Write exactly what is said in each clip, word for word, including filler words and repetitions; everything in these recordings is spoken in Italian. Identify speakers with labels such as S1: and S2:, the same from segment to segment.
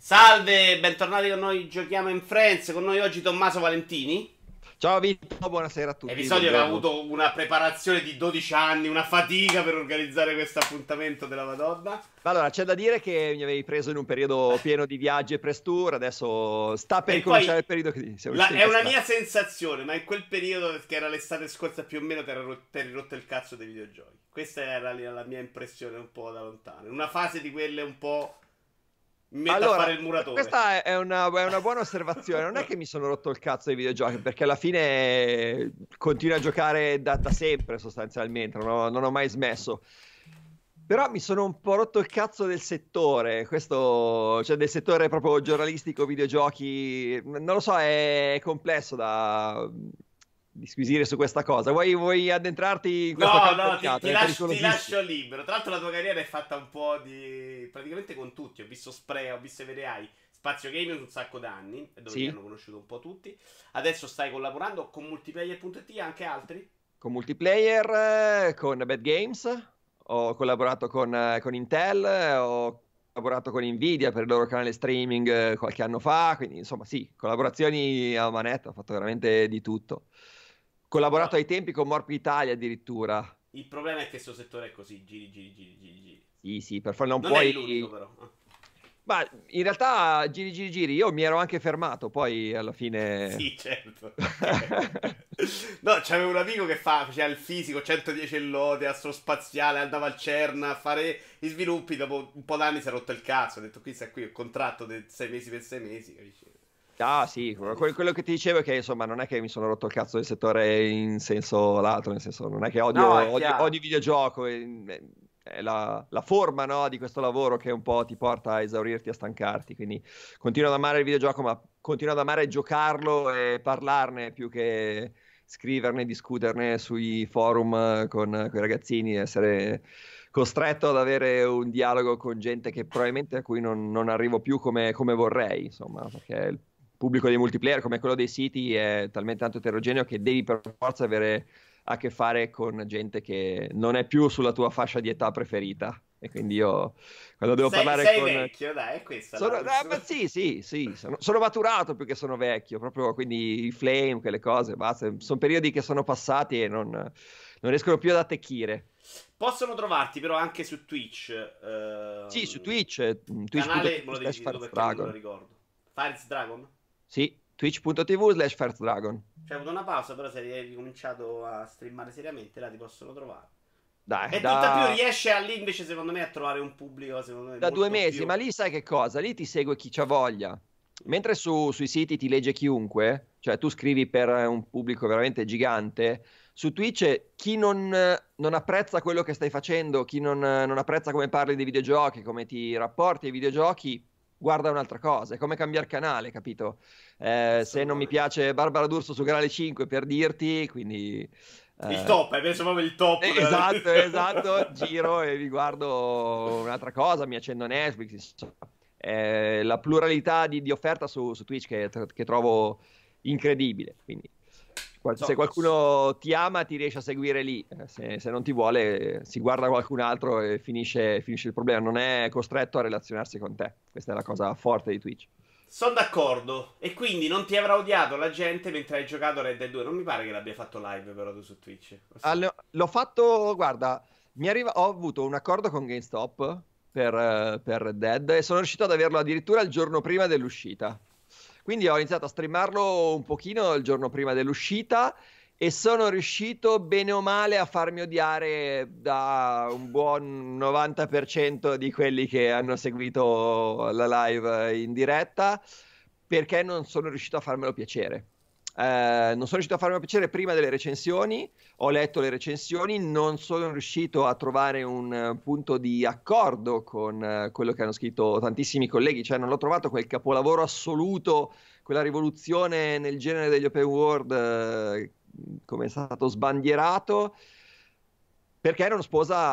S1: Salve, bentornati con noi, giochiamo in Friends, con noi oggi Tommaso Valentini.
S2: Ciao Vito, buonasera a tutti,
S1: Episodio che ha
S2: buongiorno.
S1: avuto una preparazione di dodici anni, una fatica per organizzare questo appuntamento della Madonna.
S2: Ma allora, c'è da dire che mi avevi preso in un periodo pieno di viaggi e press tour, adesso sta per
S1: E poi
S2: ricominciare il periodo che siamo
S1: la-
S2: riusciti a
S1: è una
S2: incastrare.
S1: mia sensazione, ma in quel periodo, che era l'estate scorsa più o meno, ti eri rotto il cazzo dei videogiochi. Questa era la, la mia impressione un po' da lontano. In una fase di quelle un po'... mi metto a
S2: Allora,
S1: fare il muratore.
S2: questa è una, è una buona osservazione. Non è che mi sono rotto il cazzo dei videogiochi, perché alla fine continuo a giocare da, da sempre, sostanzialmente, non ho, non ho mai smesso. Però mi sono un po' rotto il cazzo del settore, questo, cioè del settore proprio giornalistico, videogiochi, non lo so, è complesso da disquisire su questa cosa. Vuoi, vuoi addentrarti in questo
S1: No,
S2: campo
S1: no, ti,
S2: minato?
S1: ti
S2: È
S1: lascio, ti
S2: pericolosissimo.
S1: lascio libero. Tra l'altro la tua carriera è fatta un po' di... praticamente con tutti. Ho visto Spray, ho visto Everai, Spazio Gaming un sacco d'anni, dove ti
S2: Sì,
S1: hanno conosciuto un po' tutti. Adesso stai collaborando con multiplayer punto it e anche altri?
S2: con multiplayer, eh, con Bad Games, ho collaborato con, eh, con Intel, eh, ho collaborato con Nvidia per il loro canale streaming eh, qualche anno fa, quindi insomma sì, collaborazioni a manetta, ho fatto veramente di tutto. Ho
S1: Sì, però
S2: collaborato ai tempi con Morpi Italia addirittura.
S1: il problema è che questo settore è così, giri, giri, giri, giri, giri.
S2: Sì, sì, per farlo non
S1: Non è l'unico
S2: puoi...
S1: però. Eh.
S2: Ma in realtà giri, giri, giri, io mi ero anche fermato, poi alla fine...
S1: Sì, certo. No, c'avevo un amico che fa, faceva il fisico, centodieci lode, astrospaziale, andava al CERN a fare gli sviluppi, dopo un po' d'anni si è rotto il cazzo, ha detto qui sta qui, il contratto di sei mesi per sei mesi, capisci?
S2: Ah sì,
S1: È
S2: que- quello
S1: difficile.
S2: che ti dicevo è che insomma non è che mi sono rotto il cazzo del settore in senso lato, nel senso non è che odio,
S1: No, è
S2: odio,
S1: chiaro.
S2: odio i videogioco, è, è la, la forma, no, di questo lavoro che un po' ti porta a esaurirti, a stancarti, quindi continuo ad amare il videogioco, ma continuo ad amare giocarlo e parlarne più che scriverne, discuterne sui forum eh, con, con i ragazzini, essere costretto ad avere un dialogo con gente che probabilmente a cui non, non arrivo più come, come vorrei, insomma, perché il pubblico dei multiplayer, come quello dei siti, è talmente tanto eterogeneo che devi per forza avere a che fare con gente che non è più sulla tua fascia di età preferita. E quindi io, quando devo
S1: Sei,
S2: parlare
S1: sei
S2: con...
S1: vecchio, dai, è questa
S2: Sono,
S1: la...
S2: ah, ma sì, sì, sì, sono, sono maturato più che sono vecchio, proprio quindi i flame, quelle cose, basta. Sono periodi che sono passati e non, non riescono più ad attecchire.
S1: Possono trovarti però anche su Twitch,
S2: Sì, su
S1: ehm,
S2: Twitch, eh,
S1: canale, me
S2: twitch punto tv
S1: lo devi
S2: slash
S1: dire tu perché non me lo
S2: firstdragon.
S1: ricordo. Fires Dragon?
S2: Sì, twitch punto tv slash firstdragon.
S1: C'è avuto una pausa, però se hai ricominciato a streamare seriamente, là ti possono trovare.
S2: Dai,
S1: E tutt'al più
S2: da,
S1: riesce lì invece, secondo me, a trovare un pubblico, secondo me,
S2: da due
S1: molto
S2: mesi,
S1: più...
S2: ma lì sai che cosa? Lì ti segue chi c'ha voglia. Mentre su- sui siti ti legge chiunque, cioè tu scrivi per un pubblico veramente gigante, su Twitch chi non, non apprezza quello che stai facendo, chi non, non apprezza come parli dei videogiochi, come ti rapporti ai videogiochi, guarda un'altra cosa. È come cambiare canale, capito? Eh, se non mi
S1: Assolutamente.
S2: piace Barbara D'Urso su Canale cinque per dirti, quindi...
S1: Il
S2: eh,
S1: top, hai preso proprio il top
S2: eh,
S1: della
S2: esatto, esatto,
S1: televisione.
S2: giro e mi guardo un'altra cosa, mi accendo Netflix, insomma. Eh, la pluralità di, di offerta su, su Twitch che, che trovo incredibile. Quindi, qual- se
S1: So,
S2: qualcuno ti ama, ti riesce a seguire lì. Eh, se, se non ti vuole, eh, si guarda qualcun altro e finisce, finisce il problema. Non è costretto a relazionarsi con te. Questa è la cosa forte di Twitch.
S1: sono d'accordo. E quindi non ti avrà odiato la gente mentre hai giocato Red Dead due. Non mi pare che l'abbia fatto live però tu su Twitch. O sì?
S2: Allo- l'ho fatto, guarda, mi arriva, ho avuto un accordo con GameStop per, eh, per Red Dead e sono riuscito ad averlo addirittura il giorno prima dell'uscita. Quindi ho iniziato a streamarlo un pochino il giorno prima dell'uscita e sono riuscito bene o male a farmi odiare da un buon novanta per cento di quelli che hanno seguito la live in diretta perché non sono riuscito a farmelo piacere. Eh, non sono riuscito a farmelo piacere prima delle recensioni, ho letto le recensioni, non sono riuscito a trovare un eh, punto di accordo con eh, quello che hanno scritto tantissimi colleghi, cioè non l'ho trovato quel capolavoro assoluto, quella rivoluzione nel genere degli open world eh, come è stato sbandierato. Perché non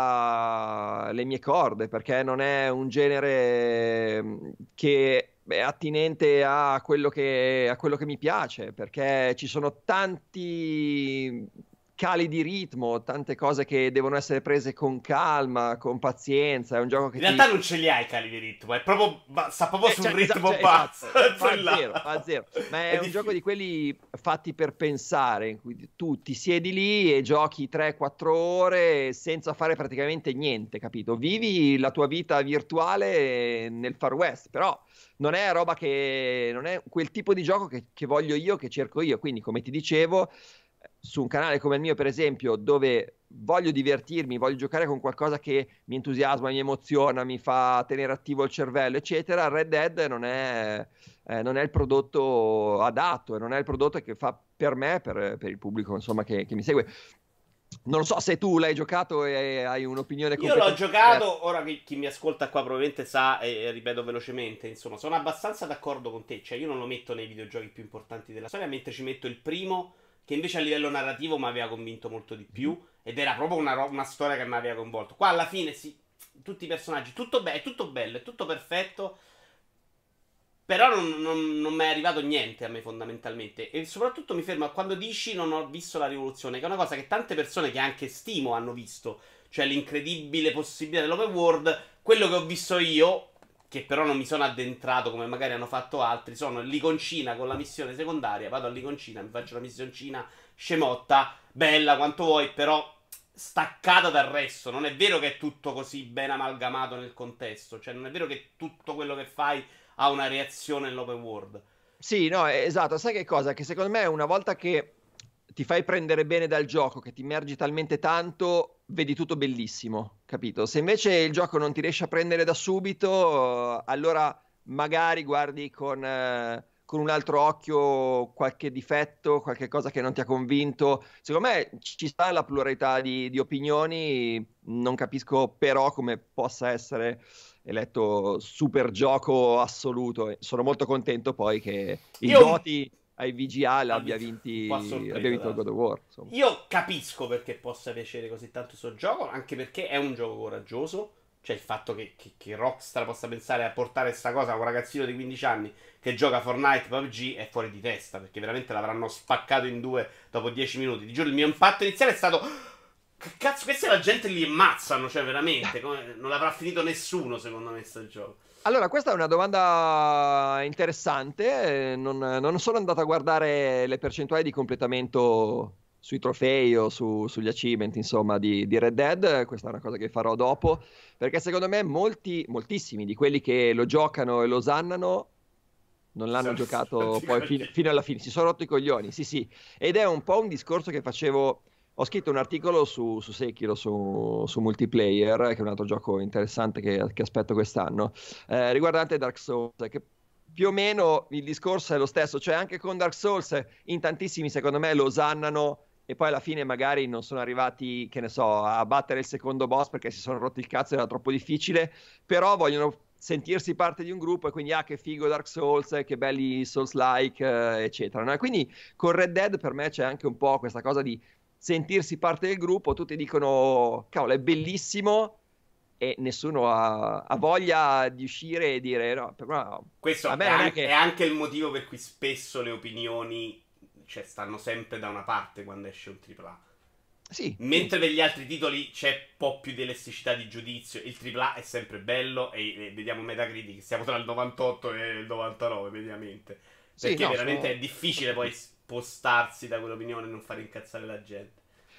S2: sposa le mie corde, perché non è un genere mh, che è attinente a quello che, a quello che mi piace, perché ci sono tanti cali di ritmo, tante cose che devono essere prese con calma, con pazienza. È un gioco che
S1: In
S2: ti...
S1: realtà non ce li hai i cali di ritmo, è proprio, va- sta proprio
S2: Eh,
S1: sul
S2: cioè, esa-
S1: ritmo
S2: cioè,
S1: basso.
S2: esatto, fa
S1: Poi
S2: a
S1: là.
S2: zero, fa a zero. Ma è,
S1: È
S2: un gioco
S1: difficile.
S2: di quelli fatti per pensare, in cui tu ti siedi lì e giochi tre quattro ore senza fare praticamente niente, capito? Vivi la tua vita virtuale nel Far West, però non è roba che... non è quel tipo di gioco che, che voglio io, che cerco io. Quindi, come ti dicevo, su un canale come il mio, per esempio, dove voglio divertirmi, voglio giocare con qualcosa che mi entusiasma, mi emoziona, mi fa tenere attivo il cervello, eccetera, Red Dead non è, eh, non è il prodotto adatto e non è il prodotto che fa per me, per, per il pubblico, insomma, che, che mi segue. Non lo so se tu l'hai giocato e hai un'opinione
S1: Io l'ho
S2: completamente diversa.
S1: giocato, ora che chi mi ascolta qua probabilmente sa, e e ripeto velocemente, insomma, sono abbastanza d'accordo con te, cioè io non lo metto nei videogiochi più importanti della storia, mentre ci metto il primo, che invece a livello narrativo mi aveva convinto molto di più, ed era proprio una, ro- una storia che mi aveva coinvolto. Qua alla fine, sì, tutti i personaggi, tutto be- è tutto bello, è tutto perfetto, però non, non, non mi è arrivato niente a me fondamentalmente. E soprattutto mi fermo a quando dici non ho visto la rivoluzione, che è una cosa che tante persone che anche stimo hanno visto. Cioè l'incredibile possibilità dell'open world. Quello che ho visto io, che però non mi sono addentrato come magari hanno fatto altri, sono l'iconcina con la missione secondaria. Vado all'iconcina, mi faccio la missioncina scemotta, bella quanto vuoi, però staccata dal resto. Non è vero che è tutto così ben amalgamato nel contesto. Cioè non è vero che tutto quello che fai ha una reazione nell'open world.
S2: Sì, no, eh, esatto. Sai che cosa? Che secondo me una volta che ti fai prendere bene dal gioco, che ti immergi talmente tanto, vedi tutto bellissimo, capito? Se invece il gioco non ti riesce a prendere da subito, eh, allora magari guardi con, eh, con un altro occhio qualche difetto, qualche cosa che non ti ha convinto. Secondo me ci sta la pluralità di, di opinioni, non capisco però come possa essere eletto super gioco assoluto. E sono molto contento poi che il
S1: Io un...
S2: Goti ai V G A
S1: Vabbè,
S2: l'abbia
S1: un po' a
S2: vinti, abbia
S1: sorpresa,
S2: vinto il
S1: tra
S2: God
S1: l'altro.
S2: of War. Insomma.
S1: Io capisco perché possa piacere così tanto questo gioco, anche perché è un gioco coraggioso. Cioè il fatto che, che, che Rockstar possa pensare a portare sta cosa a un ragazzino di quindici anni che gioca Fortnite, P U B G è fuori di testa, perché veramente l'avranno spaccato in due dopo dieci minuti. Ti giuro, il mio impatto iniziale è stato: che cazzo, questa la gente li ammazzano, cioè veramente, come... non l'avrà finito nessuno secondo me sto gioco.
S2: Allora, questa è una domanda interessante. eh, Non, non sono andato a guardare le percentuali di completamento sui trofei o su- sugli achievement, insomma, di, di Red Dead. Questa è una cosa che farò dopo, perché secondo me molti, moltissimi di quelli che lo giocano e lo osannano non
S1: Si
S2: l'hanno
S1: sono
S2: giocato
S1: rotti i
S2: poi fin-
S1: coglioni.
S2: fino alla fine, si sono rotti i coglioni, sì sì, ed è un po' un discorso che facevo, ho scritto un articolo su, su Sekiro, su, su Multiplayer, che è un altro gioco interessante che, che aspetto quest'anno, eh, riguardante Dark Souls, che più o meno il discorso è lo stesso, cioè anche con Dark Souls in tantissimi secondo me lo osannano e poi alla fine magari non sono arrivati, che ne so, a battere il secondo boss perché si sono rotti il cazzo, era troppo difficile, però vogliono sentirsi parte di un gruppo e quindi ah che figo Dark Souls, eh, che belli Souls-like, eh, eccetera, no? E quindi con Red Dead per me c'è anche un po' questa cosa di sentirsi parte del gruppo, tutti dicono cavolo è bellissimo e nessuno ha, ha voglia di uscire e dire no, per me- a
S1: Questo è,
S2: me non è
S1: an- è
S2: che
S1: anche il motivo per cui spesso le opinioni, cioè, stanno sempre da una parte quando esce un tripla A.
S2: sì, sì,
S1: Mentre per gli altri titoli c'è un po' più di elasticità di giudizio. Il tripla A è sempre bello e, e vediamo Metacritic, siamo tra il novantotto e il novantanove mediamente.
S2: sì,
S1: Perché
S2: no,
S1: veramente
S2: sono...
S1: è difficile poi spostarsi da quell'opinione e non far incazzare la gente.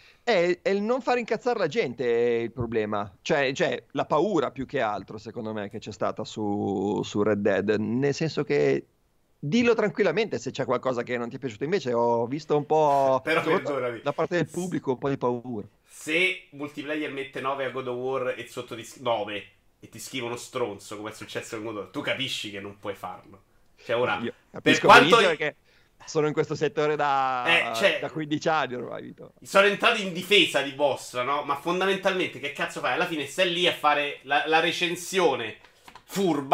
S2: È, è il non far incazzare la gente è il problema, cioè, cioè, la paura più che altro, secondo me, che c'è stata su, su Red Dead, nel senso che dillo tranquillamente se c'è qualcosa che non ti è piaciuto. Invece ho visto un po',
S1: Però
S2: soprattutto
S1: perdonami.
S2: da parte del pubblico, un po' di paura.
S1: Se multiplayer mette nove a God of War e sotto ti nove e ti scrive uno stronzo come è successo con God of War, tu capisci che non puoi farlo. Cioè
S2: No,
S1: ora,
S2: io
S1: per
S2: capisco
S1: quanto
S2: benissimo perché sono in questo settore
S1: eh,
S2: da,
S1: cioè,
S2: da quindici anni ormai, Vito.
S1: sono entrato in difesa di vostra, no? Ma fondamentalmente che cazzo fai? Alla fine stai lì a fare la, la recensione furba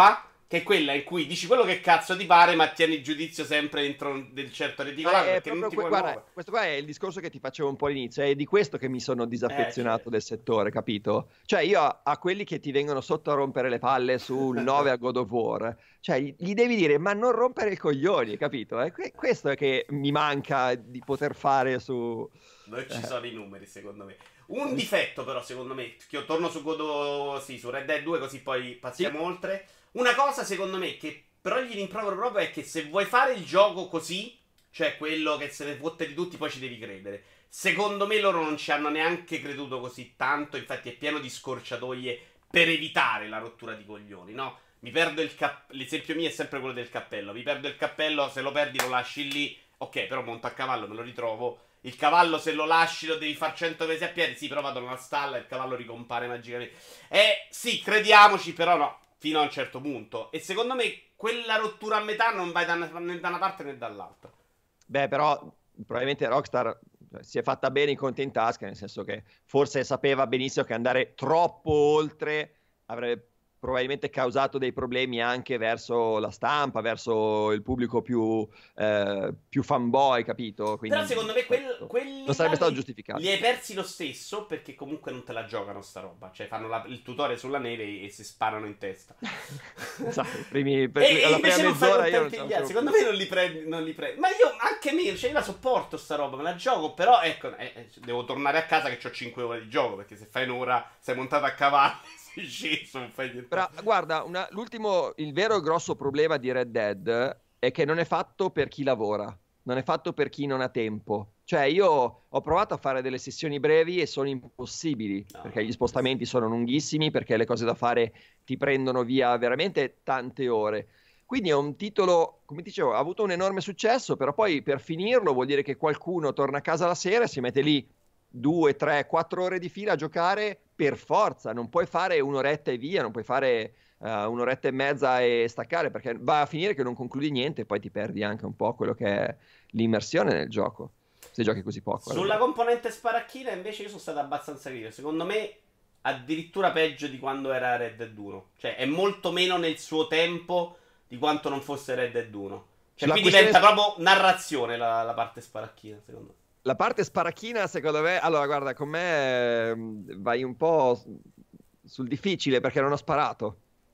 S1: Che è quella in cui dici quello che cazzo ti pare, ma tieni il giudizio sempre dentro un del certo reticolato,
S2: Eh,
S1: perché non
S2: proprio
S1: ti
S2: que-
S1: puoi
S2: guarda,
S1: muovere.
S2: questo qua è il discorso che ti facevo un po' all'inizio, è di questo che mi sono
S1: Eh,
S2: disaffezionato
S1: certo.
S2: del settore, capito? Cioè io a, a quelli che ti vengono sotto a rompere le palle sul nove a God of War, cioè gli, gli devi dire ma non rompere i coglioni, capito? E que- questo è che mi manca di poter fare su...
S1: Non ci
S2: eh,
S1: sono i numeri, secondo me. Un difetto, però, secondo me, che io torno su God of- sì, su Red Dead due, così poi
S2: sì,
S1: passiamo oltre. Una cosa, secondo me, che però gli rimprovero proprio è che se vuoi fare il gioco così, cioè quello che se ne fotte di tutti, poi ci devi credere. Secondo me loro non ci hanno neanche creduto così tanto, infatti è pieno di scorciatoie per evitare la rottura di coglioni, no? Mi perdo il cappello, l'esempio mio è sempre quello del cappello, mi perdo il cappello, se lo perdi lo lasci lì, ok, però monto a cavallo, me lo ritrovo. Il cavallo se lo lasci lo devi fare cento pesi a piedi, sì, però vado nella stalla e il cavallo ricompare magicamente. Eh, sì, crediamoci, però no, fino a un certo punto. E secondo me quella rottura a metà non vai da, né da una parte né dall'altra.
S2: beh però probabilmente Rockstar cioè, si è fatta bene i conti in tasca, nel senso che forse sapeva benissimo che andare troppo oltre avrebbe probabilmente causato dei problemi anche verso la stampa, verso il pubblico più, eh, più fanboy, capito?
S1: Però
S2: Quindi
S1: secondo me quel-
S2: questo non
S1: quelli là
S2: sarebbe stato
S1: li,
S2: giustificato.
S1: li hai persi lo stesso perché comunque non te la giocano sta roba. Cioè fanno la- il tutorial sulla neve e, e si sparano in testa.
S2: Esatto, i primi- per-
S1: E, e
S2: la prima
S1: invece non fai
S2: mezz'ora
S1: con
S2: io non
S1: tempi
S2: ce la
S1: gli altri.
S2: facevo
S1: Secondo
S2: più.
S1: me non li prendi, non li prendi. Ma io anche meno, cioè io la sopporto sta roba, me la gioco. Però ecco, eh, eh, devo tornare a casa che ho cinque ore di gioco. Perché se fai un'ora, sei montato a cavallo, sei sceso, non fai niente.
S2: Però guarda, una- l'ultimo, il vero grosso problema di Red Dead è che non è fatto per chi lavora, non è fatto per chi non ha tempo. Cioè io ho provato a fare delle sessioni brevi e sono impossibili,
S1: No,
S2: perché gli
S1: no,
S2: spostamenti sono lunghissimi, perché le cose da fare ti prendono via veramente tante ore. Quindi è un titolo, come dicevo, ha avuto un enorme successo, però poi per finirlo vuol dire che qualcuno torna a casa la sera e si mette lì due, tre, quattro ore di fila a giocare per forza, non puoi fare un'oretta e via, non puoi fare eh, un'oretta e mezza e staccare perché va a finire che non concludi niente e poi ti perdi anche un po' quello che è l'immersione nel gioco, se giochi così poco.
S1: sulla componente sparacchina invece io sono stato abbastanza critico. Secondo me addirittura peggio di quando era Red Dead uno. Cioè è molto meno nel suo tempo di quanto non fosse Red Dead uno. Cioè
S2: Sulla
S1: qui
S2: questione
S1: diventa proprio narrazione la, la parte sparacchina, secondo me.
S2: La parte sparacchina, secondo me, allora guarda, con me ehm, vai un po' s- sul difficile perché non ho sparato.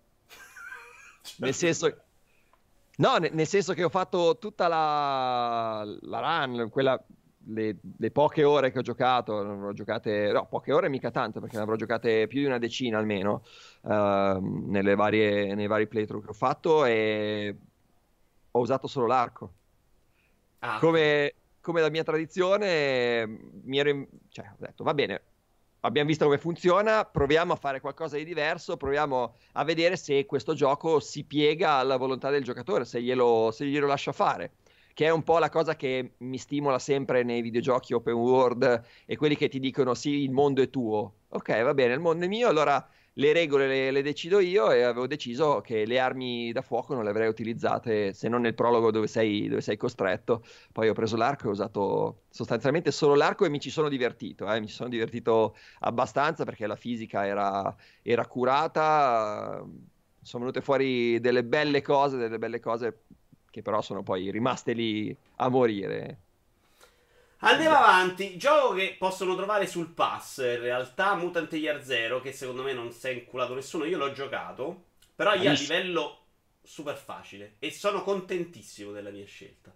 S2: Nel senso, no, ne- nel senso che ho fatto tutta la, la run, quella, le, le poche ore che ho giocato, ne avrò giocate, no, poche ore mica tanto perché ne avrò giocate più di una decina almeno ehm, nelle varie, nei vari playthrough che ho fatto e ho usato solo l'arco.
S1: Ah, ok.
S2: come, come la mia tradizione, mi ero in- cioè, ho detto, va bene, abbiamo visto come funziona, proviamo a fare qualcosa di diverso, proviamo a vedere se questo gioco si piega alla volontà del giocatore, se glielo, se glielo lascia fare. Che è un po' la cosa che mi stimola sempre nei videogiochi open world e quelli che ti dicono sì, il mondo è tuo. Ok, va bene, il mondo è mio, allora le regole le, le decido io e avevo deciso che le armi da fuoco non le avrei utilizzate se non nel prologo dove sei, dove sei costretto. Poi ho preso l'arco e ho usato sostanzialmente solo l'arco e mi ci sono divertito, eh, mi ci sono divertito abbastanza perché la fisica era, era curata, sono venute fuori delle belle cose, delle belle cose che però sono poi rimaste lì a morire.
S1: Andiamo
S2: Via.
S1: avanti. Gioco che possono trovare sul pass. In realtà, Mutant Year Zero, che secondo me non si è inculato nessuno. Io l'ho giocato. Però io a
S2: Bravissimo.
S1: livello super facile. E sono contentissimo della mia scelta.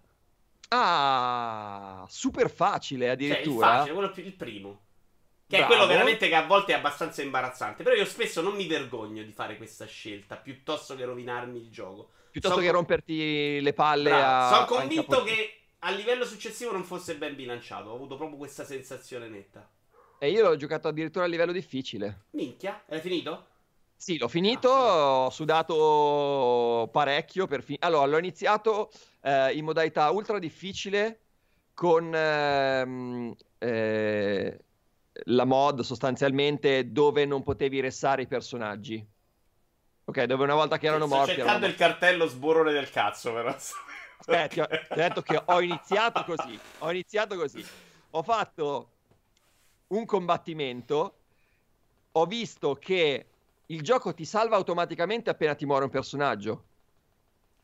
S2: Ah, super facile
S1: Cioè, il
S2: addirittura.
S1: facile, quello più il primo. Che è quello
S2: Bravo.
S1: veramente che a volte è abbastanza imbarazzante. Però io spesso non mi vergogno di fare questa scelta. Piuttosto che rovinarmi il gioco.
S2: Piuttosto
S1: Sono
S2: che
S1: co-
S2: romperti le palle
S1: bravo. Sono
S2: a, a
S1: convinto
S2: incaponire.
S1: che a livello successivo non fosse ben bilanciato. Ho avuto proprio questa sensazione netta.
S2: E io l'ho giocato addirittura a livello difficile.
S1: Minchia, hai finito?
S2: Sì, l'ho
S1: Ah,
S2: finito,
S1: figo.
S2: ho sudato parecchio per finire. Allora, l'ho iniziato eh, in modalità ultra difficile con ehm, eh, la mod sostanzialmente dove non potevi ressare i personaggi. Ok, dove una volta che
S1: Sì,
S2: erano
S1: sto
S2: morti erano
S1: cercando il
S2: morti.
S1: cartello sborone del cazzo, però.
S2: Aspetta, ti ho,
S1: Ok.
S2: ti ho detto che ho iniziato così. Ho iniziato così. Ho fatto un combattimento, ho visto che il gioco ti salva automaticamente appena ti muore un personaggio.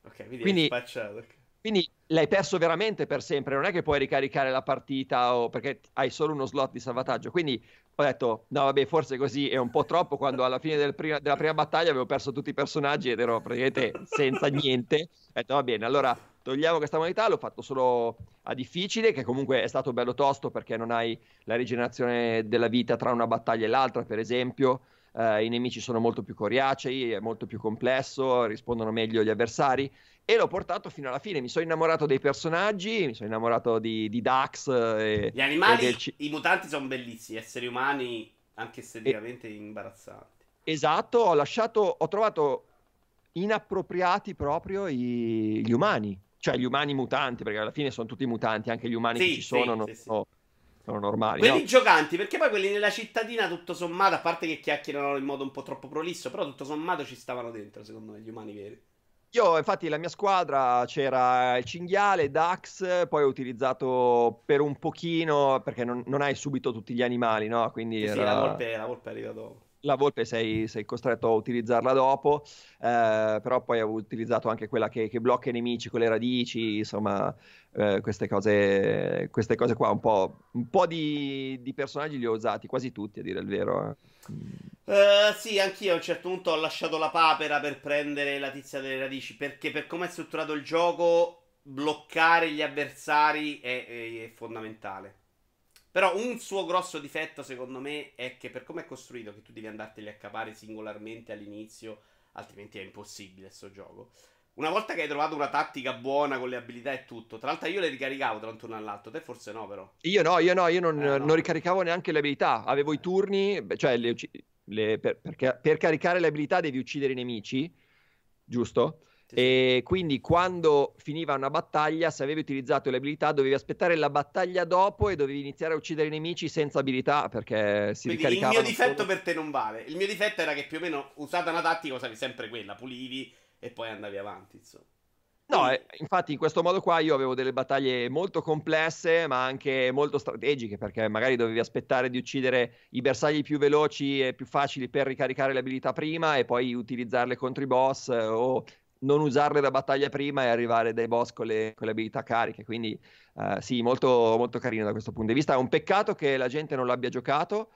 S1: Ok, quindi,
S2: quindi,
S1: hai spacciato. Okay.
S2: quindi l'hai perso veramente per sempre, non è che puoi ricaricare la partita o perché hai solo uno slot di salvataggio. Quindi ho detto, no vabbè, forse così è un po' troppo, quando alla fine del prima, della prima battaglia avevo perso tutti i personaggi ed ero praticamente senza niente. Ho detto, va bene, allora togliamo questa modalità, l'ho fatto solo a difficile, che comunque è stato bello tosto perché non hai la rigenerazione della vita tra una battaglia e l'altra, per esempio. Uh, i nemici sono molto più coriacei, è molto più complesso, rispondono meglio agli avversari e l'ho portato fino alla fine. Mi sono innamorato dei personaggi, mi sono innamorato di, di Dax e,
S1: Gli
S2: e
S1: animali,
S2: del... C-
S1: i mutanti sono bellissimi, esseri umani anche
S2: e-
S1: esteticamente imbarazzanti.
S2: esatto, ho lasciato, ho trovato inappropriati proprio i- gli umani, cioè gli umani mutanti, perché alla fine sono tutti mutanti, anche gli umani che ci
S1: Sì,
S2: sono
S1: sì,
S2: non
S1: sì, sì.
S2: sono, sono normali, no?
S1: Quelli giocanti, perché poi quelli nella cittadina, tutto sommato, a parte che chiacchierano in modo un po' troppo prolisso, però tutto sommato ci stavano dentro, secondo me, gli umani veri.
S2: Io, infatti, la mia squadra c'era il cinghiale, Dax, poi ho utilizzato per un pochino, perché non, non hai subito tutti gli animali, no? Quindi
S1: Sì, sì, la
S2: era
S1: volpe, la volpe arriva dopo.
S2: la volpe sei, sei costretto a utilizzarla dopo, eh, però poi ho utilizzato anche quella che, che blocca i nemici con le radici, insomma, eh, queste cose, queste cose qua, un po', un po' di, di personaggi li ho usati, quasi tutti a dire il vero. eh. Mm.
S1: Eh, sì, anch'io a un certo punto ho lasciato la papera per prendere la tizia delle radici, perché per come è strutturato il gioco, bloccare gli avversari è, è- è fondamentale. Però un suo grosso difetto, secondo me, è che per come è costruito, che tu devi andarteli a capare singolarmente all'inizio, altrimenti è impossibile sto gioco. Una volta che hai trovato una tattica buona con le abilità e tutto, tra l'altro io le ricaricavo tra un turno all'altro, te forse no però.
S2: Io no, io no, io non,
S1: Eh
S2: non
S1: no.
S2: ricaricavo neanche le abilità, avevo i
S1: Eh,
S2: turni, beh, cioè le ucci- le- per, perché- per caricare le abilità devi uccidere i nemici, giusto?
S1: sì, sì.
S2: E quindi quando finiva una battaglia, se avevi utilizzato le abilità, dovevi aspettare la battaglia dopo e dovevi iniziare a uccidere i nemici senza abilità perché si
S1: Quindi il mio
S2: ricaricavano
S1: difetto
S2: solo.
S1: per te non vale. Il mio difetto era che più o meno usata una tattica usavi sempre quella, pulivi e poi andavi avanti, insomma.
S2: No,
S1: Quindi,
S2: eh, infatti in questo modo qua io avevo delle battaglie molto complesse, ma anche molto strategiche, perché magari dovevi aspettare di uccidere i bersagli più veloci e più facili per ricaricare le abilità prima e poi utilizzarle contro i boss eh, o non usarle da battaglia prima e arrivare dai boss con le, con le abilità cariche. Quindi eh, sì, molto, molto carino da questo punto di vista. È un peccato che la gente non l'abbia giocato,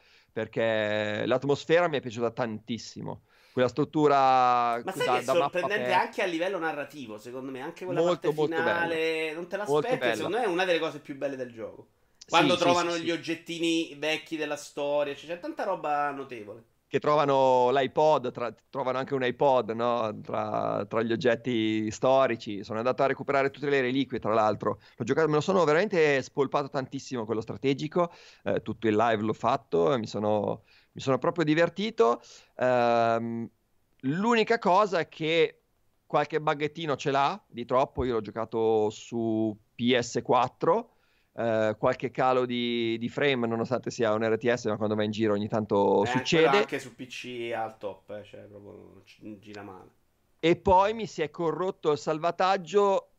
S2: perché l'atmosfera mi è piaciuta tantissimo. Quella struttura
S1: ma sai che
S2: da,
S1: è
S2: da mappa
S1: sorprendente
S2: aperta,
S1: anche a livello narrativo, secondo me, anche quella parte
S2: molto molto bella.
S1: finale, non te
S2: Molto
S1: l'aspetti, e
S2: bella.
S1: secondo me è una delle cose più belle del gioco.
S2: Sì,
S1: Quando
S2: sì, sì,
S1: trovano gli
S2: sì.
S1: oggettini vecchi della storia, cioè, c'è tanta roba notevole.
S2: Che trovano l'iPod, tra- trovano anche un iPod, no? Tra, tra gli oggetti storici. Sono andato a recuperare tutte le reliquie, tra l'altro. L'ho giocato, me lo sono veramente spolpato tantissimo quello strategico. Eh, tutto il live l'ho fatto, e mi sono, mi sono proprio divertito. Ehm, l'unica cosa è che qualche baghettino ce l'ha di troppo. Io l'ho giocato su P S quattro, eh, qualche calo di, di frame, nonostante sia un R T S, ma quando va in giro ogni tanto
S1: Eh, quello
S2: succede.
S1: anche su P C al top, eh, cioè proprio c- gira male.
S2: E poi mi si è corrotto il salvataggio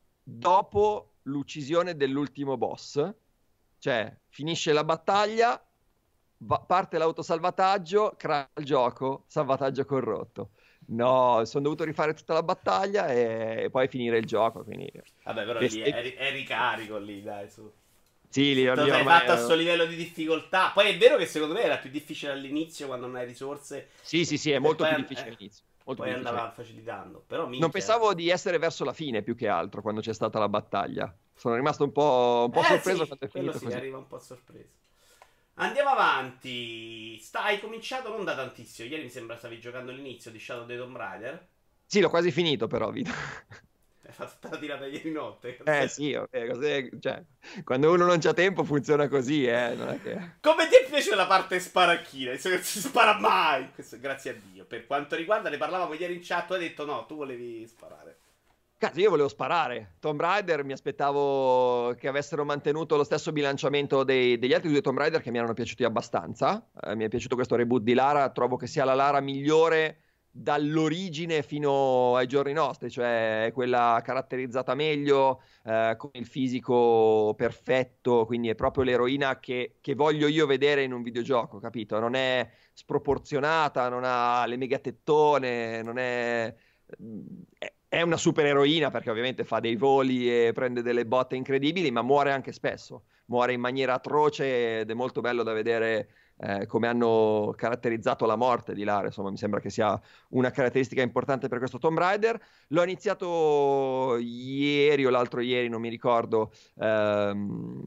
S2: dopo l'uccisione dell'ultimo boss. Cioè, finisce la battaglia, va- parte l'autosalvataggio, crash il gioco, salvataggio corrotto. No, sono dovuto rifare tutta la battaglia e, e poi finire il gioco. Quindi,
S1: Vabbè, però lì
S2: beste-
S1: è, ri- è ricarico lì, dai, su.
S2: sì, lì,
S1: Se te lo
S2: lì
S1: sei
S2: ormai.
S1: fatto a
S2: eh,
S1: sto livello di difficoltà. Poi è vero che secondo me era più difficile all'inizio quando non hai risorse.
S2: Sì, sì, sì, è
S1: E
S2: molto
S1: poi,
S2: più
S1: an-
S2: difficile
S1: eh,
S2: all'inizio. Molto
S1: poi
S2: più difficile.
S1: andava facilitando. Però
S2: Non
S1: minchia.
S2: pensavo di essere verso la fine più che altro quando c'è stata la battaglia. Sono rimasto un po', un po'
S1: Eh
S2: sorpreso
S1: sì,
S2: quando è
S1: quello
S2: finito
S1: sì,
S2: così.
S1: arriva un po' a sorpresa. Andiamo avanti. Sta, hai cominciato non da tantissimo. Ieri mi sembra stavi giocando all'inizio di Shadow of the Tomb Raider.
S2: Sì, l'ho quasi finito però, Vito.
S1: Hai fatto tutta la tirata ieri notte.
S2: Eh sì, vabbè, cos'è- cioè, quando uno non c'ha tempo funziona così, eh, non è che...
S1: Come ti piace la parte sparacchina? Visto che non si spara mai. Questo, grazie a Dio. Per quanto riguarda, ne parlavamo ieri in chat. Tu hai detto no, tu volevi sparare.
S2: Cazzo, io volevo sparare. Tomb Raider mi aspettavo che avessero mantenuto lo stesso bilanciamento dei- degli altri due Tomb Raider che mi erano piaciuti abbastanza. Eh, mi è piaciuto questo reboot di Lara, trovo che sia la Lara migliore dall'origine fino ai giorni nostri, cioè quella caratterizzata meglio, eh, con il fisico perfetto, quindi è proprio l'eroina che, che voglio io vedere in un videogioco, capito? Non è sproporzionata, non ha le megatettone, non è... è è una supereroina perché ovviamente fa dei voli e prende delle botte incredibili, ma muore anche spesso, muore in maniera atroce ed è molto bello da vedere eh, come hanno caratterizzato la morte di Lara. Insomma, mi sembra che sia una caratteristica importante per questo Tomb Raider. L'ho iniziato ieri o l'altro ieri, non mi ricordo, ehm,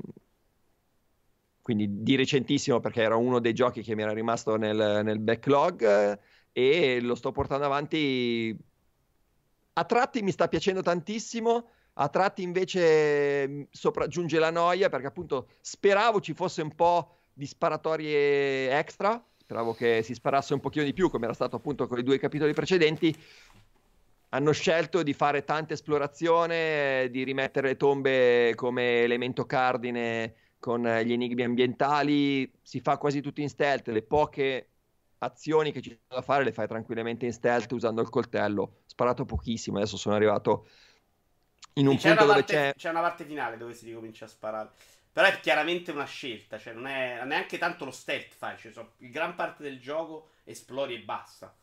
S2: quindi di recentissimo perché era uno dei giochi che mi era rimasto nel, nel backlog eh, e lo sto portando avanti. A tratti mi sta piacendo tantissimo, a tratti invece mh, sopraggiunge la noia perché appunto speravo ci fosse un po' di sparatorie extra, speravo che si sparasse un pochino di più come era stato appunto con i due capitoli precedenti. Hanno scelto di fare tanta esplorazione, di rimettere le tombe come elemento cardine con gli enigmi ambientali, si fa quasi tutto in stealth, le poche azioni che ci sono da fare le fai tranquillamente in stealth usando il coltello. Sparato pochissimo, adesso sono arrivato in
S1: Sì,
S2: un
S1: c'è
S2: punto
S1: una
S2: dove
S1: parte,
S2: c'è...
S1: c'è una parte finale dove si ricomincia a sparare. Però è chiaramente una scelta, cioè non è neanche tanto lo stealth fai, cioè so, gran parte del gioco esplori e basta.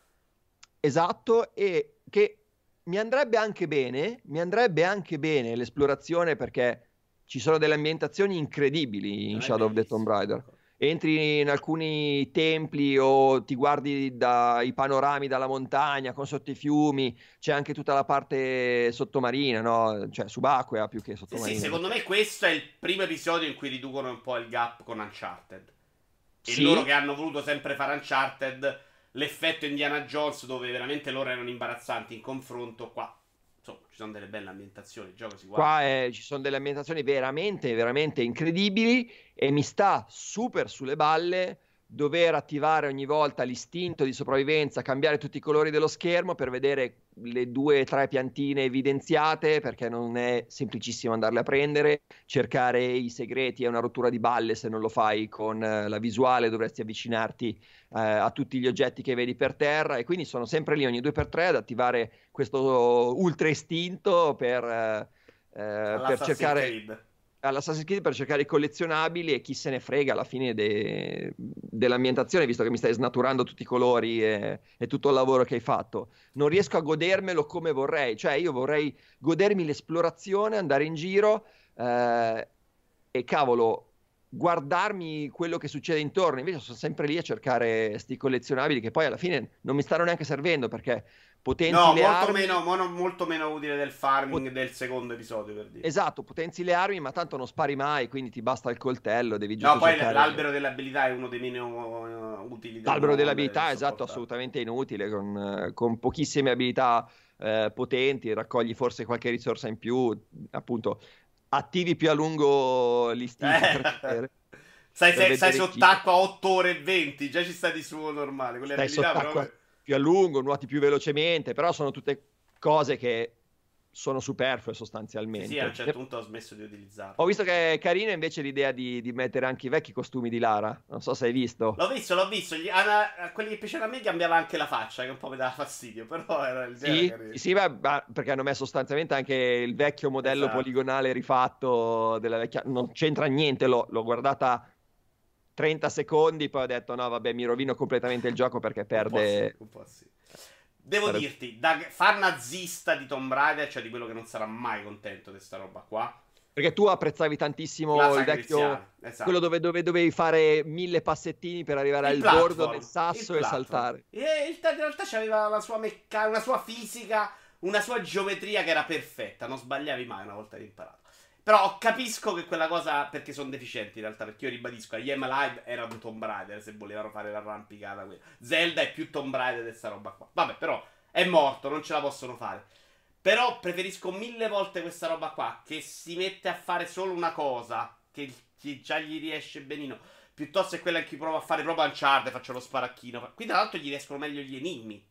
S2: Esatto, e che mi andrebbe anche bene, mi andrebbe anche bene l'esplorazione perché ci sono delle ambientazioni incredibili in
S1: Non è
S2: Shadow of the Tomb
S1: bellissimo, sono
S2: Raider.
S1: d'accordo.
S2: Entri in alcuni templi o ti guardi dai panorami dalla montagna con sotto i fiumi, c'è anche tutta la parte sottomarina, no? Cioè subacquea più che
S1: Sì, sì,
S2: sottomarina.
S1: secondo me questo è il primo episodio in cui riducono un po' il gap con Uncharted. E loro che
S2: Sì,
S1: hanno voluto sempre fare Uncharted, l'effetto Indiana Jones, dove veramente loro erano imbarazzanti in confronto, qua, insomma, ci sono delle belle ambientazioni, il gioco si guarda.
S2: qua eh, ci sono delle ambientazioni veramente, veramente incredibili e mi sta super sulle balle dover attivare ogni volta l'istinto di sopravvivenza, cambiare tutti i colori dello schermo per vedere le due o tre piantine evidenziate, perché non è semplicissimo andarle a prendere, cercare i segreti è una rottura di balle se non lo fai con eh, la visuale, dovresti avvicinarti eh, a tutti gli oggetti che vedi per terra e quindi sono sempre lì ogni due per tre ad attivare questo ultra istinto per, eh, eh, per
S1: All'Assassin's
S2: cercare
S1: Creed.
S2: all'Assassin's Creed per cercare i collezionabili e chi se ne frega alla fine de- dell'ambientazione, visto che mi stai snaturando tutti i colori e, e tutto il lavoro che hai fatto. Non riesco a godermelo come vorrei, cioè io vorrei godermi l'esplorazione, andare in giro eh, e cavolo, guardarmi quello che succede intorno. Invece sono sempre lì a cercare sti collezionabili che poi alla fine non mi stanno neanche servendo perché potenzi
S1: No,
S2: le
S1: molto meno,
S2: armi.
S1: mono- molto meno utile del farming del secondo episodio, per dire.
S2: Esatto, potenzi le armi, ma tanto non spari mai, quindi ti basta il coltello, devi
S1: No,
S2: giusto
S1: poi l-
S2: cercare
S1: l'albero delle abilità è uno dei meno uh, utili del
S2: l'albero delle
S1: mondo, è
S2: abilità, esatto,
S1: insopportabile.
S2: assolutamente inutile, con, eh, con pochissime abilità eh, potenti, raccogli forse qualche risorsa in più, appunto, attivi più a lungo l'istinto per
S1: Eh.
S2: vedere,
S1: Stai,
S2: per
S1: stai, stai
S2: vedere il cibo.
S1: sott'acqua a otto ore e venti, già ci sta di suo normale, con le
S2: Stai
S1: abilità
S2: sott'acqua
S1: proprio...
S2: più a lungo, nuoti più velocemente, però sono tutte cose che sono superflue
S1: Sì, sì, a un
S2: sostanzialmente.
S1: certo punto ho smesso di utilizzarlo.
S2: Ho visto che è carina invece l'idea di, di mettere anche i vecchi costumi di Lara. Non so se hai visto.
S1: L'ho visto, l'ho visto. Gli- a, a quelli che piacevano a me cambiava anche la faccia, che un po' mi dava fastidio. Però era l'idea era
S2: Sì,
S1: carina.
S2: sì, sì, ma- ma perché hanno messo sostanzialmente anche il vecchio modello
S1: Esatto.
S2: poligonale rifatto della vecchia. Non c'entra niente, l'ho, l'ho guardata trenta secondi, poi ho detto no, vabbè, mi rovino completamente il gioco perché
S1: Un po' sì,
S2: perde.
S1: un po' sì. Devo
S2: perde-
S1: dirti, da fan nazista di Tomb Raider, cioè di quello che non sarà mai contento di sta roba qua,
S2: Perché tu apprezzavi
S1: la
S2: tantissimo il vecchio,
S1: sacriziale,
S2: quello
S1: esatto.
S2: dove, dove dovevi fare mille passettini per arrivare
S1: Il
S2: al bordo del
S1: platform, il
S2: sasso e
S1: platform.
S2: saltare.
S1: E il, in realtà c'aveva la sua meccanica, una sua fisica, una sua geometria che era perfetta, non sbagliavi mai una volta che hai imparato. Però capisco che quella cosa, perché sono deficienti in realtà, perché io ribadisco, I Am Alive era un Tomb Raider se volevano fare l'arrampicata quella. Zelda è più Tomb Raider di sta roba qua. Vabbè, però è morto, non ce la possono fare. Però preferisco mille volte questa roba qua, che si mette a fare solo una cosa, che gli- già gli riesce benino, piuttosto che quella in cui prova a fare proprio Uncharted, faccio lo sparacchino. Qui tra l'altro gli riescono meglio gli enigmi.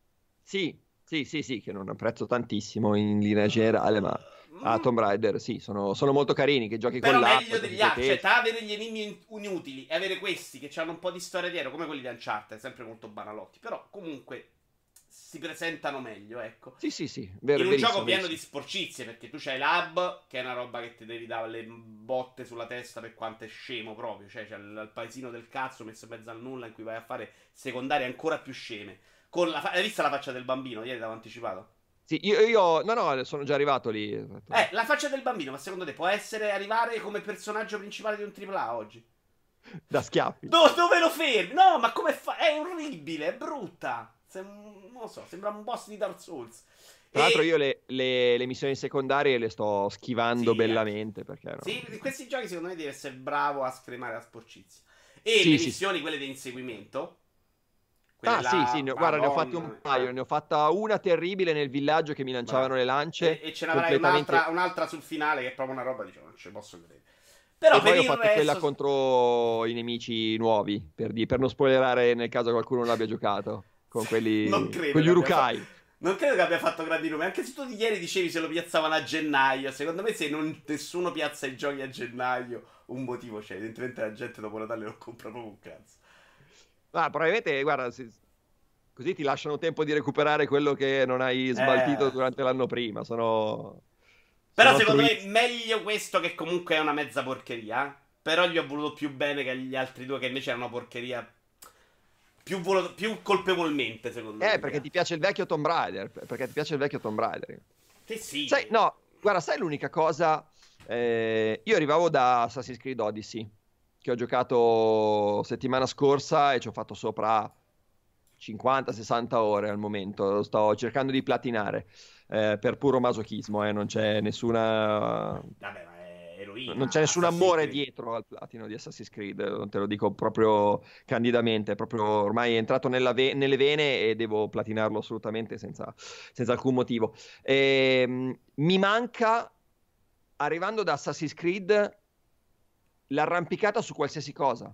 S2: Sì, sì, sì, sì, che non apprezzo tantissimo in linea generale, ma
S1: Uh,
S2: a
S1: mm,
S2: Tomb Raider sì, sono, sono molto carini, che giochi con
S1: Però
S2: l'acqua,
S1: meglio
S2: giochi
S1: degli
S2: coi
S1: altri. Cioè,
S2: pesci.
S1: tra avere gli enigmi in- inutili e avere questi che hanno un po' di storia dietro, come quelli di Uncharted, sempre molto banalotti. Però comunque si presentano meglio, ecco.
S2: Sì, sì, sì,
S1: In
S2: ver-
S1: un gioco
S2: verissimo,
S1: pieno di
S2: verissimo.
S1: sporcizie, perché tu c'hai l'hub, che è una roba che ti devi dare le botte sulla testa per quanto è scemo proprio. Cioè, c'è il, il paesino del cazzo messo in mezzo al nulla in cui vai a fare secondarie ancora più sceme. Con la fa- Hai visto la faccia del bambino? Ieri l'avevo anticipato.
S2: Sì, io, io... No, no, sono già arrivato lì.
S1: Eh, la faccia del bambino, ma secondo te può essere arrivare come personaggio principale di un tripla A oggi?
S2: Da schiaffi.
S1: Do- dove lo fermi? No, ma come fa? È orribile, è brutta. Sem- non lo so, sembra un boss di Dark Souls.
S2: Tra l'altro
S1: E
S2: io le, le- le missioni secondarie le sto schivando
S1: sì, anche.
S2: bellamente perché no.
S1: Sì, in questi giochi secondo me devi essere bravo a scremare la sporcizia. E le
S2: Sì, sì, sì.
S1: missioni, quelle di inseguimento, quelle
S2: Ah, sì, sì,
S1: là,
S2: ne- guarda, ne ho fatti un
S1: Madonna.
S2: paio. Ne ho fatta una terribile nel villaggio che mi lanciavano
S1: Bravo.
S2: le
S1: E,
S2: lance,
S1: e ce n'avrai un'altra,
S2: completamente.
S1: un'altra sul finale che è proprio una roba, diciamo, non ci posso credere. Però
S2: E
S1: per
S2: poi ho
S1: il
S2: fatto quella
S1: resto...
S2: contro i nemici nuovi, per, di- per non spoilerare nel caso qualcuno non l'abbia giocato, con
S1: Non
S2: quelli, con
S1: credo
S2: gli
S1: che abbia fatto...
S2: Urukai.
S1: Non credo che abbia fatto grandi numeri. Anche se tu di ieri dicevi se lo piazzavano a gennaio. Secondo me, se non, nessuno piazza i giochi a gennaio, un motivo c'è. Evidentemente la gente dopo Natale non compra proprio un cazzo.
S2: Ah, probabilmente, guarda, se- così ti lasciano tempo di recuperare quello che non hai smaltito
S1: Eh.
S2: durante l'anno prima. Sono,
S1: Però
S2: sono
S1: secondo me
S2: altruisti.
S1: meglio questo che comunque è una mezza porcheria. eh. Però gli ho voluto più bene che gli altri due che invece erano porcheria. Più, volo- più colpevolmente, secondo
S2: Eh,
S1: me.
S2: perché
S1: Via.
S2: ti piace il vecchio Tomb Raider, perché ti piace il vecchio Tomb Raider.
S1: Sì, sì.
S2: Sai, no, guarda, sai l'unica cosa? Eh, io arrivavo da Assassin's Creed Odyssey, che ho giocato settimana scorsa e ci ho fatto sopra cinquanta sessanta ore al momento. Sto cercando di platinare, eh, per puro masochismo, eh, non c'è nessuna...
S1: Vabbè, ma è
S2: Non
S1: eroina.
S2: c'è nessun
S1: Assassin's
S2: amore
S1: Creed.
S2: dietro al platino di Assassin's Creed, eh, te lo dico proprio candidamente, è proprio ormai è entrato nella ve- nelle vene e devo platinarlo assolutamente senza, senza alcun motivo. Ehm, mi manca, arrivando da Assassin's Creed, l'arrampicata su qualsiasi cosa.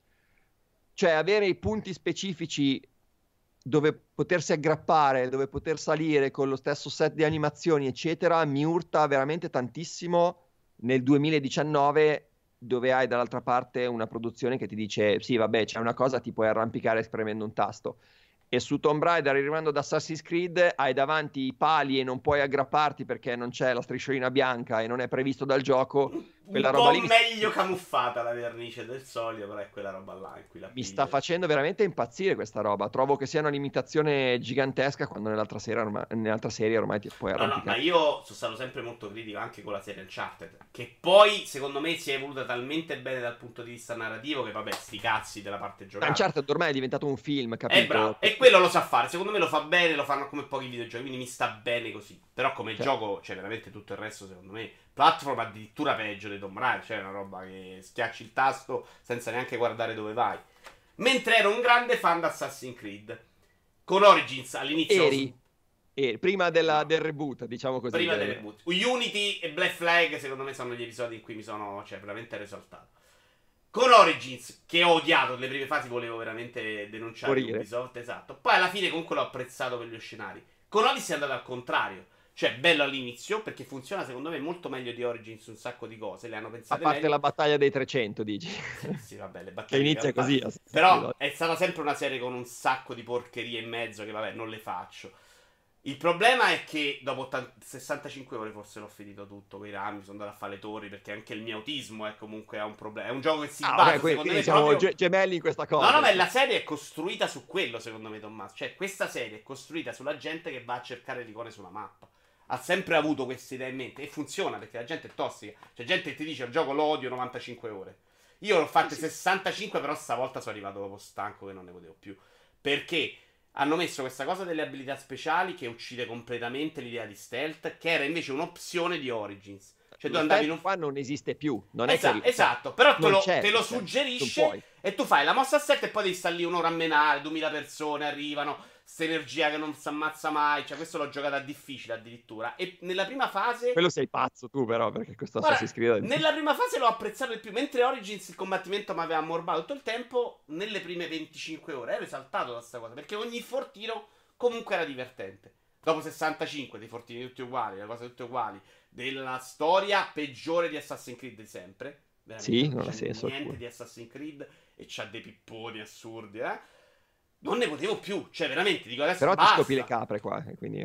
S2: Cioè avere i punti specifici dove potersi aggrappare, dove poter salire con lo stesso set di animazioni, eccetera, mi urta veramente tantissimo nel duemiladiciannove, dove hai dall'altra parte una produzione che ti dice: sì, vabbè, c'è una cosa, ti puoi arrampicare spremendo un tasto. E su Tomb Raider, arrivando da Assassin's Creed, hai davanti i pali e non puoi aggrapparti perché non c'è la strisciolina bianca e non è previsto dal gioco.
S1: Un,
S2: Quella
S1: un
S2: roba
S1: po'
S2: lì mi,
S1: meglio camuffata la vernice del solito, però è quella roba là in cui la
S2: mi sta
S1: piglia.
S2: facendo veramente impazzire questa roba. Trovo che sia una limitazione gigantesca quando nell'altra serie ormai, nell'altra serie ormai ti puoi
S1: No, no, ma
S2: arrampicare.
S1: io sono stato sempre molto critico anche con la serie Uncharted. Che poi, secondo me, si è evoluta talmente bene dal punto di vista narrativo che, vabbè, sti cazzi della parte giocata.
S2: Uncharted ormai è diventato un film,
S1: È bravo.
S2: capito?
S1: E quello lo sa fare. Secondo me lo fa bene, lo fanno come pochi videogiochi. Quindi mi sta bene così. Però come
S2: Cioè,
S1: gioco, cioè, veramente tutto il resto, secondo me. Platform addirittura peggio dei Tomb Raider. Cioè, è una roba che schiacci il tasto senza neanche guardare dove vai. Mentre ero un grande fan di Assassin's Creed. Con Origins all'inizio.
S2: eri, eri, prima della-
S1: No.
S2: del reboot, diciamo così.
S1: Prima del
S2: del-
S1: reboot. Unity e Black Flag, secondo me, sono gli episodi in cui mi sono, cioè, veramente resaltato. Con Origins, che ho odiato, le prime fasi volevo veramente denunciare
S2: Morire.
S1: Ubisoft, esatto. Poi alla fine comunque l'ho apprezzato per gli scenari. Con Odyssey è andato al contrario. Cioè, bello all'inizio, perché funziona secondo me molto meglio di Origins un sacco di cose, le hanno
S2: A
S1: pensate
S2: parte
S1: meglio.
S2: la battaglia dei trecento, dici.
S1: Sì, sì, vabbè, le
S2: Che
S1: battaglie in
S2: inizia
S1: realtà.
S2: così. Assassin's
S1: Però
S2: Creed.
S1: è stata sempre una serie con un sacco di porcherie in mezzo che, vabbè, non le faccio. Il problema è che dopo ottanta sessantacinque ore forse l'ho finito tutto, quei rami, sono andato a fare le torri perché anche il mio autismo è comunque ha un problema. È un gioco che si
S2: Ah,
S1: basa,
S2: ok, quindi,
S1: secondo
S2: quindi
S1: me,
S2: siamo
S1: proprio...
S2: ge- gemelli in questa cosa.
S1: No, no, ma la serie è costruita su quello, secondo me, Tommaso. Cioè, questa serie è costruita sulla gente che va a cercare le icone sulla mappa. Ha sempre avuto questa idea in mente e funziona perché la gente è tossica. C'è gente che ti dice il gioco lo odio novantacinque ore. Io l'ho fatte
S2: Sì, sì.
S1: sessantacinque, però stavolta sono arrivato proprio stanco che non ne potevo più. Perché hanno messo questa cosa delle abilità speciali che uccide completamente l'idea di stealth, che era invece un'opzione di Origins. Cioè tu
S2: Lo
S1: andavi in
S2: stealth
S1: un...
S2: qua non esiste più. Non è
S1: Esatto,
S2: che,
S1: esatto, però te
S2: non
S1: lo,
S2: c'è
S1: te lo
S2: lo stealth, non
S1: suggerisce
S2: puoi.
S1: e tu fai la mossa a sette e poi devi stare lì un'ora a menare, duemila persone arrivano, sta energia che non si ammazza mai, cioè questo l'ho giocato a difficile addirittura. E nella prima fase...
S2: Quello sei pazzo tu, però, perché questo
S1: Guarda,
S2: Assassin's Creed...
S1: nella prima fase l'ho apprezzato di più, mentre Origins il combattimento mi aveva ammorbato tutto il tempo, nelle prime venticinque ore ero esaltato da questa cosa, perché ogni fortino comunque era divertente. Dopo sessantacinque dei fortini tutti uguali, le cose tutte uguali, della storia peggiore di Assassin's Creed di sempre. Veramente
S2: Sì,
S1: non
S2: non ha
S1: c'è
S2: senso
S1: niente
S2: alcuno.
S1: di Assassin's Creed e c'ha dei pipponi assurdi, eh. Non ne potevo più, cioè veramente, dico adesso
S2: Però ti
S1: basta.
S2: scopi le capre qua, e quindi...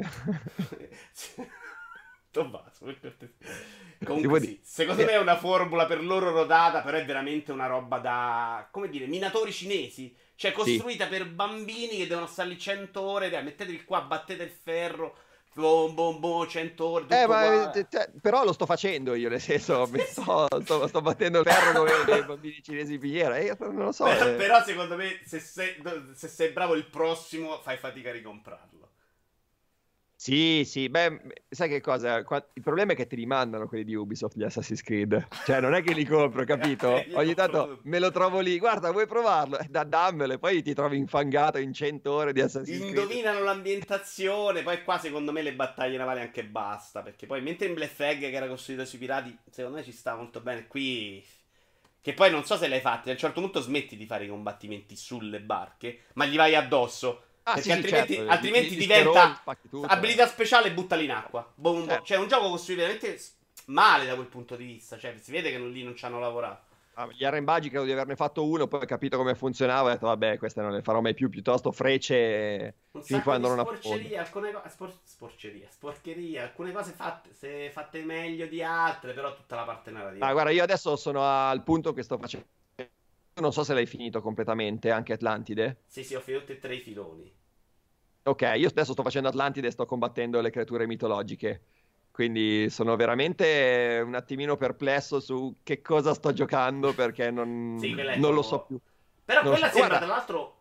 S1: Tommaso, per cortesia.
S2: Ti
S1: Comunque
S2: vuoi
S1: sì,
S2: dire?
S1: secondo
S2: Eh,
S1: me è una formula per loro rodata, però è veramente una roba da, come dire, minatori cinesi. Cioè
S2: sì.
S1: costruita per bambini che devono stare lì cento ore, dai, mettetevi qua, battete il ferro, Bom, bom, bom, cento ore, tutto
S2: Eh, ma,
S1: uguale.
S2: cioè, però lo sto facendo io, nel senso, mi sto, sto, sto battendo il ferro come i bambini cinesi in piniera. E io non lo so.
S1: però,
S2: eh.
S1: però secondo me se sei, se sei bravo il prossimo fai fatica a ricomprarlo.
S2: Sì, sì, beh, sai che cosa? Qua- Il problema è che te li mandano quelli di Ubisoft, gli Assassin's Creed. Cioè, non è che li compro, capito?
S1: Io
S2: Ogni
S1: compro
S2: tanto
S1: tutto.
S2: me lo trovo lì, guarda, vuoi provarlo? Eh, da, dammelo, e poi ti trovi infangato in cento ore di Assassin's Creed.
S1: Indovinano l'ambientazione. Poi qua secondo me le battaglie navali anche basta. Perché poi mentre in Black Flag che era costruito sui pirati, secondo me ci sta molto bene. Qui. Che poi non so se l'hai fatto. A un certo punto smetti di fare i combattimenti sulle barche, ma gli vai addosso.
S2: Ah, sì,
S1: Perché
S2: sì, certo,
S1: altrimenti,
S2: gli,
S1: altrimenti
S2: gli scheroni,
S1: diventa
S2: spacchi tutto. eh.
S1: abilità speciale e buttali in acqua. Boom, boom.
S2: Certo.
S1: Cioè, è un gioco costruito veramente s- male da quel punto di vista. Cioè, si vede che non- lì non ci hanno lavorato.
S2: Ah, gli arrembaggi credo di averne fatto uno, poi ho capito come funzionava e ho detto, vabbè, queste non le farò mai più, piuttosto frecce
S1: Un
S2: fin
S1: sacco di
S2: quando non affondo.
S1: sporcerie, alcune cose. Spor- sporceria, sporcherie, alcune cose fatte, se fatte meglio di altre, però tutta la parte
S2: Ah,
S1: narrativa.
S2: guarda, io adesso sono al punto che sto facendo, non so se l'hai finito completamente, anche Atlantide.
S1: Sì, sì, ho finito tutti e tre i filoni.
S2: Ok, io adesso sto facendo Atlantide e sto combattendo le creature mitologiche, quindi sono veramente un attimino perplesso su che cosa sto giocando perché
S1: Sì,
S2: non,
S1: quella è
S2: non lo so
S1: proprio.
S2: più.
S1: Però
S2: Non lo so.
S1: quella sembra,
S2: Guarda,
S1: tra l'altro.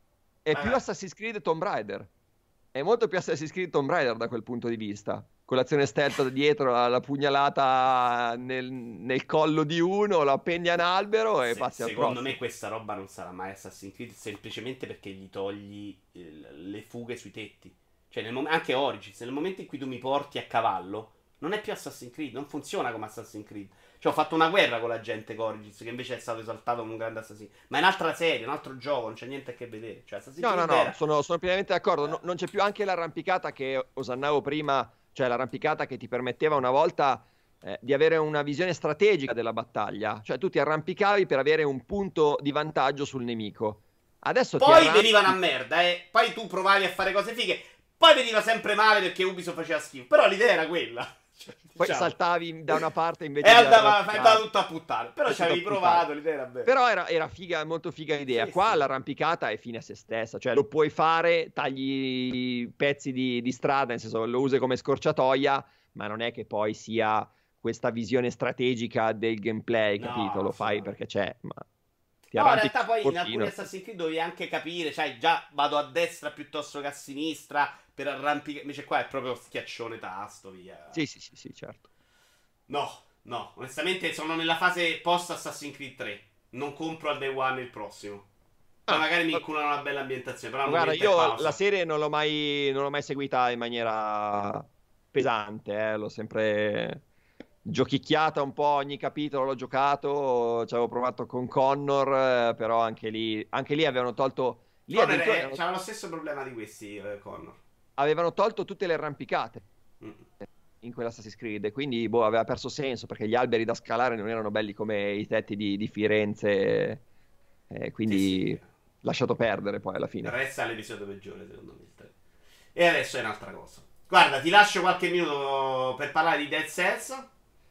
S2: è più
S1: Vabbè.
S2: Assassin's Creed Tomb Raider. È molto più Assassin's Creed Tomb Raider da quel punto di vista. Con l'azione stealth da dietro, la, la pugnalata nel, nel collo di uno, la appendi a un albero e
S1: Se-
S2: passi al
S1: secondo me
S2: prossimo.
S1: questa roba non sarà mai Assassin's Creed semplicemente perché gli togli eh, le fughe sui tetti. Cioè, nel mom- anche Origins, nel momento in cui tu mi porti a cavallo, non è più Assassin's Creed, non funziona come Assassin's Creed. Cioè, ho fatto una guerra con la gente con Origins, che invece è stato esaltato come un grande Assassin's Creed. Ma è un'altra serie, un altro gioco, non c'è niente a che vedere. Cioè, Assassin's
S2: No, no,
S1: Creed
S2: no,
S1: era.
S2: sono, sono pienamente d'accordo. No-
S1: eh,
S2: non c'è più anche l'arrampicata che osannavo prima, cioè l'arrampicata che ti permetteva una volta eh, di avere una visione strategica della battaglia. Cioè tu ti arrampicavi per avere un punto di vantaggio sul nemico. Adesso ti
S1: Poi venivano a
S2: arrampichi.
S1: merda, eh. Poi tu provavi a fare cose fighe. Poi veniva sempre male perché Ubisoft faceva schifo. Però l'idea era quella. Cioè,
S2: Poi
S1: diciamo.
S2: saltavi da una parte
S1: E
S2: invece di
S1: andava, andava
S2: arrampicarti.
S1: tutto a puttane. Però
S2: È
S1: ci
S2: tutto
S1: avevi
S2: appuntato.
S1: provato, l'idea era bella.
S2: Però era, era figa, molto figa l'idea.
S1: Sì,
S2: Qua
S1: sì.
S2: l'arrampicata è fine a se stessa, cioè lo puoi fare, tagli pezzi di, di strada, nel senso lo usi come scorciatoia, ma non è che poi sia questa visione strategica del gameplay, capito?
S1: No,
S2: Lo fai
S1: assolutamente.
S2: perché c'è, ma ti
S1: No, in
S2: arrampichi
S1: realtà
S2: un
S1: poi in alcuni
S2: pochino.
S1: Assassin's Creed dovevi anche capire, sai, già vado a destra piuttosto che a sinistra per arrampicare. Invece qua è proprio schiaccione tasto, via.
S2: Sì, sì, sì, sì, certo.
S1: No, no, onestamente sono nella fase post Assassin's Creed tre. Non compro al day one il prossimo. Poi
S2: Ah,
S1: magari mi incunano una bella ambientazione, però al
S2: guarda,
S1: momento è
S2: io la
S1: pausa.
S2: serie non l'ho mai, non l'ho mai seguita in maniera pesante, eh, l'ho sempre giochicchiata un po' ogni capitolo, l'ho giocato, ci avevo provato con Connor, eh, però anche lì, anche lì avevano tolto, lì
S1: Connor
S2: addirittura
S1: è-
S2: avevano,
S1: c'aveva lo stesso problema di questi, eh, Connor.
S2: avevano tolto tutte le arrampicate
S1: Mm.
S2: in quella Assassin's Creed, e quindi boh, aveva perso senso perché gli alberi da scalare non erano belli come i tetti di, di Firenze, eh,
S1: Sì,
S2: quindi
S1: sì.
S2: lasciato perdere poi alla fine.
S1: Resta l'episodio peggiore, secondo me. Il tre. E adesso è un'altra cosa. Guarda, ti lascio qualche minuto per parlare di Dead Cells.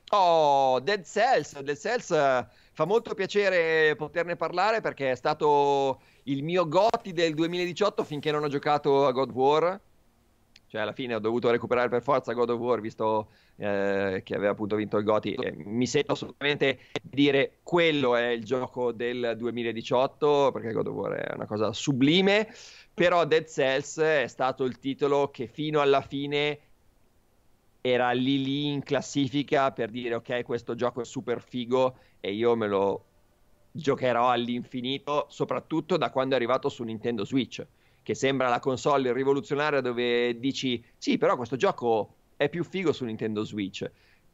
S2: Oh, Dead Cells, Dead Cells, eh, fa molto piacere poterne parlare perché è stato il mio GOTY del duemiladiciotto finché non ho giocato a God of War. Cioè, alla fine ho dovuto recuperare per forza God of War, visto eh, che aveva appunto vinto il GOTY. E mi sento assolutamente di dire quello è il gioco del duemiladiciotto, perché God of War è una cosa sublime. Però Dead Cells è stato il titolo che fino alla fine era lì lì in classifica per dire ok, questo gioco è super figo e io me lo giocherò all'infinito, soprattutto da quando è arrivato su Nintendo Switch, che sembra la console rivoluzionaria dove dici sì, però questo gioco è più figo su Nintendo Switch.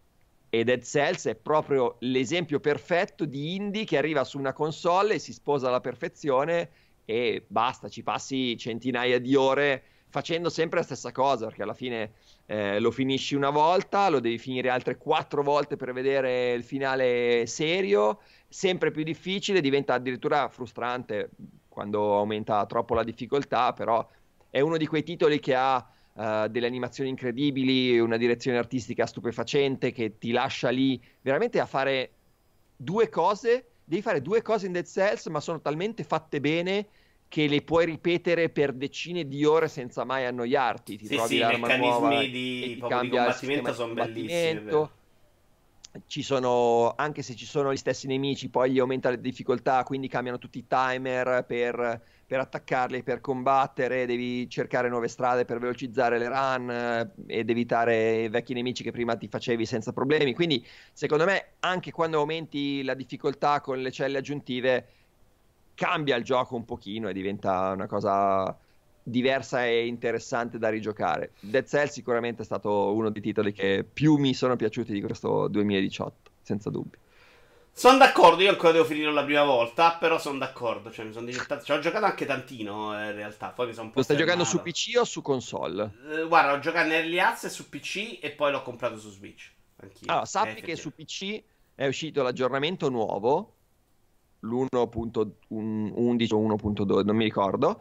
S2: E Dead Cells è proprio l'esempio perfetto di indie che arriva su una console e si sposa alla perfezione e basta, ci passi centinaia di ore facendo sempre la stessa cosa, perché alla fine eh, lo finisci una volta, lo devi finire altre quattro volte per vedere il finale serio, sempre più difficile, diventa addirittura frustrante quando aumenta troppo la difficoltà, però è uno di quei titoli che ha Uh, delle animazioni incredibili, una direzione artistica stupefacente che ti lascia lì veramente a fare due cose. Devi fare due cose in Dead Cells, ma sono talmente fatte bene che le puoi ripetere per decine di ore senza mai annoiarti. Ti
S1: Sì,
S2: trovi
S1: sì, i
S2: l'arma nuova
S1: meccanismi
S2: e
S1: di,
S2: ti
S1: proprio di
S2: cambia il sistema
S1: combattimento
S2: di
S1: sono bellissimi, è vero.
S2: combattimento. Ci sono, anche se ci sono gli stessi nemici, poi gli aumenta la difficoltà, quindi cambiano tutti i timer per, per attaccarli, per combattere, devi cercare nuove strade per velocizzare le run eh, ed evitare i vecchi nemici che prima ti facevi senza problemi. Quindi, secondo me, anche quando aumenti la difficoltà con le celle aggiuntive, cambia il gioco un pochino e diventa una cosa diversa e interessante da rigiocare. Dead Cells sicuramente è stato uno dei titoli che più mi sono piaciuti di questo duemiladiciotto, senza dubbio.
S1: Sono d'accordo, io ancora devo finire la prima volta, però sono d'accordo, cioè mi sono diventato... Ci ho giocato anche tantino eh, in realtà, poi mi sono un po'
S2: Lo stai giocando su
S1: fermato.
S2: P C o su console?
S1: Eh, guarda, ho giocato in Early Access su P C e poi l'ho comprato su Switch, anch'io.
S2: Allora,
S1: Eh,
S2: sappi che su P C è uscito l'aggiornamento nuovo, l'uno punto undici o uno punto dodici, non mi ricordo.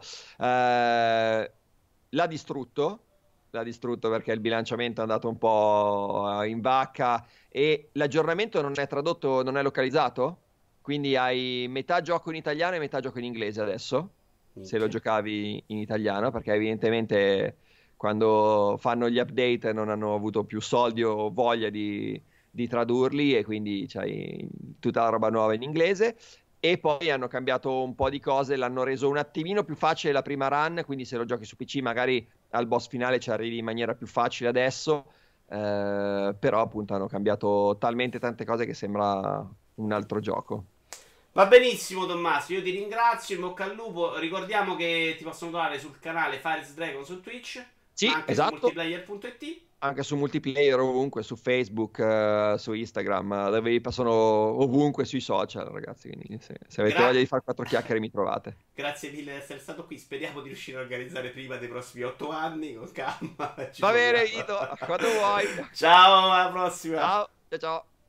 S2: Eh, l'ha distrutto, l'ha distrutto perché il bilanciamento è andato un po' in vacca e l'aggiornamento non è tradotto, non è localizzato, quindi hai metà gioco in italiano e metà gioco in inglese adesso, se lo
S1: minchia.
S2: giocavi in italiano, perché evidentemente quando fanno gli update non hanno avuto più soldi o voglia di, di tradurli e quindi c'hai tutta la roba nuova in inglese. E poi hanno cambiato un po' di cose, l'hanno reso un attimino più facile la prima run, quindi se lo giochi su P C magari al boss finale ci arrivi in maniera più facile adesso, eh, però appunto hanno cambiato talmente tante cose che sembra un altro gioco.
S1: Va benissimo Tommaso, io ti ringrazio, in bocca al lupo. Ricordiamo che ti possono trovare sul canale Fares Dragon su Twitch, ma
S2: Sì,
S1: anche su
S2: esatto,
S1: multiplayer punto it.
S2: anche su multiplayer ovunque, su Facebook, eh, su Instagram, eh, dove vi passano ovunque sui social, ragazzi, quindi se, se avete
S1: Gra-
S2: voglia di fare quattro chiacchiere mi trovate.
S1: Grazie mille di essere stato qui. Speriamo di riuscire a organizzare prima dei prossimi otto anni. Con calma, ci
S2: Va bene,
S1: proviamo.
S2: Vito, quando vuoi.
S1: Ciao, alla prossima.
S2: Ciao, ciao ciao.